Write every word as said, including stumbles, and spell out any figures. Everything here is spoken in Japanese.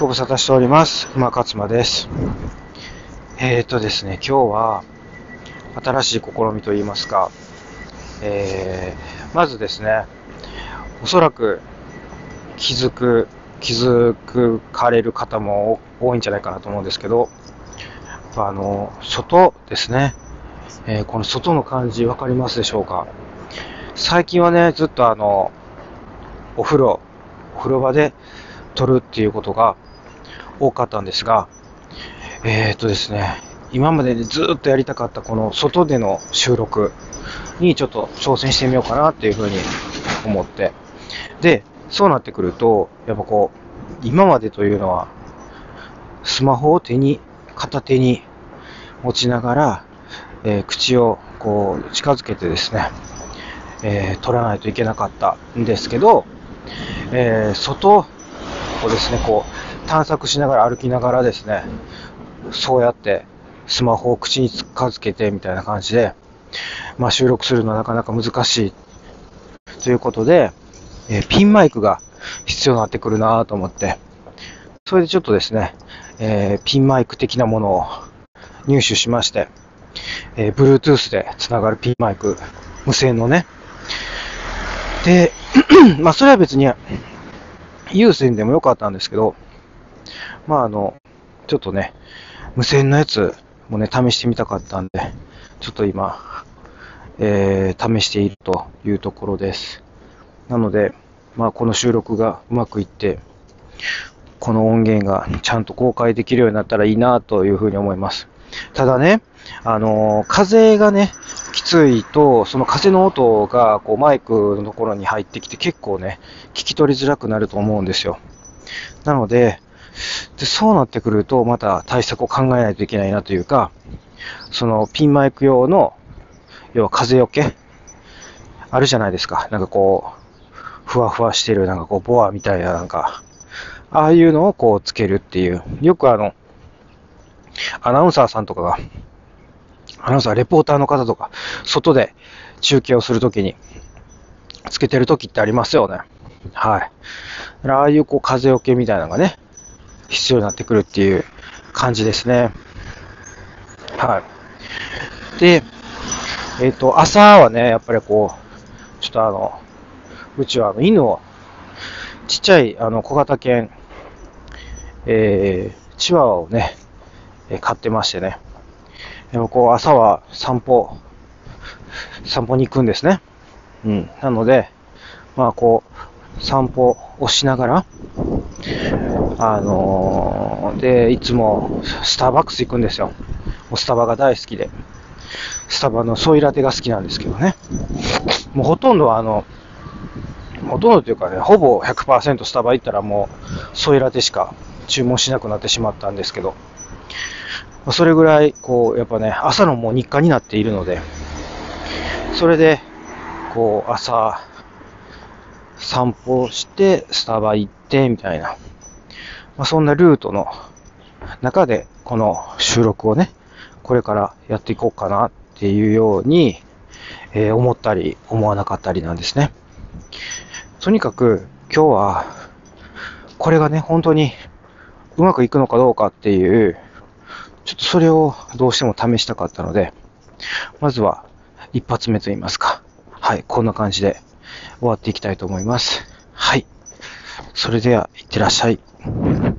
ご無沙汰しております。馬勝馬です。えーとですね、今日は新しい試みといいますか、えー、まずですね、おそらく気づく、気づかれる方も多いんじゃないかなと思うんですけど、あの、外ですね、えー、この外の感じわかりますでしょうか。最近はね、ずっとあの、お風呂、お風呂場で撮るっていうことが多かったんですが、えーっとですね、今までずっとやりたかったこの外での収録にちょっと挑戦してみようかなっていうふうに思って。で、そうなってくると、やっぱこう、今までというのは、スマホを手に、片手に持ちながら、えー口をこう近づけてですね、えー撮らないといけなかったんですけど、えー外をですね、こう、探索しながら歩きながらですね、そうやってスマホを口に近づけてみたいな感じで、まあ収録するのはなかなか難しいということで、えーピンマイクが必要になってくるなと思って、それでちょっとですね、えーピンマイク的なものを入手しまして、えー Bluetooth でつながるピンマイク、無線のね。で、まあそれは別に有線でもよかったんですけど、まああの、ちょっとね、無線のやつもね、試してみたかったんで、ちょっと今、えー、試しているというところです。なので、まあこの収録がうまくいって、この音源がちゃんと公開できるようになったらいいなというふうに思います。ただね、あのー、風がね、きついと、その風の音がこうマイクのところに入ってきて結構ね、聞き取りづらくなると思うんですよ。なので、でそうなってくると、また対策を考えないといけないなというか、そのピンマイク用の、要は風よけあるじゃないですか。なんかこう、ふわふわしてる、なんかこう、ボアみたいな、なんか、ああいうのをこうつけるっていう。よくあの、アナウンサーさんとかが、アナウンサー、レポーターの方とか、外で中継をするときに、つけてるときってありますよね。はい。ああいうこう、風よけみたいなのがね、必要になってくるっていう感じですね。はい。で、えっと、朝はね、やっぱりこう、ちょっとあの、うちはあの犬を、ちっちゃいあの小型犬、えー、チワワをね、えー飼ってましてね。でもこう朝は散歩、散歩に行くんですね。うん。なので、まあこう、散歩をしながら、あのー、で、いつもスターバックス行くんですよ。もうスタバが大好きで。スタバのソイラテが好きなんですけどね。もうほとんどあの、ほとんどというかね、ほぼ ひゃくパーセント スタバ行ったらもうソイラテしか注文しなくなってしまったんですけど、それぐらい、こう、やっぱね、朝のもう日課になっているので、それで、こう、朝、散歩して、スタバ行って、みたいな、まあ、そんなルートの中で、この収録をね、これからやっていこうかなっていうように、えー思ったり、思わなかったりなんですね。とにかく、今日は、これがね、本当にうまくいくのかどうかっていう、ちょっとそれをどうしても試したかったので、まずは一発目と言いますか。はい、こんな感じで終わっていきたいと思います。はい。それでは、いってらっしゃい。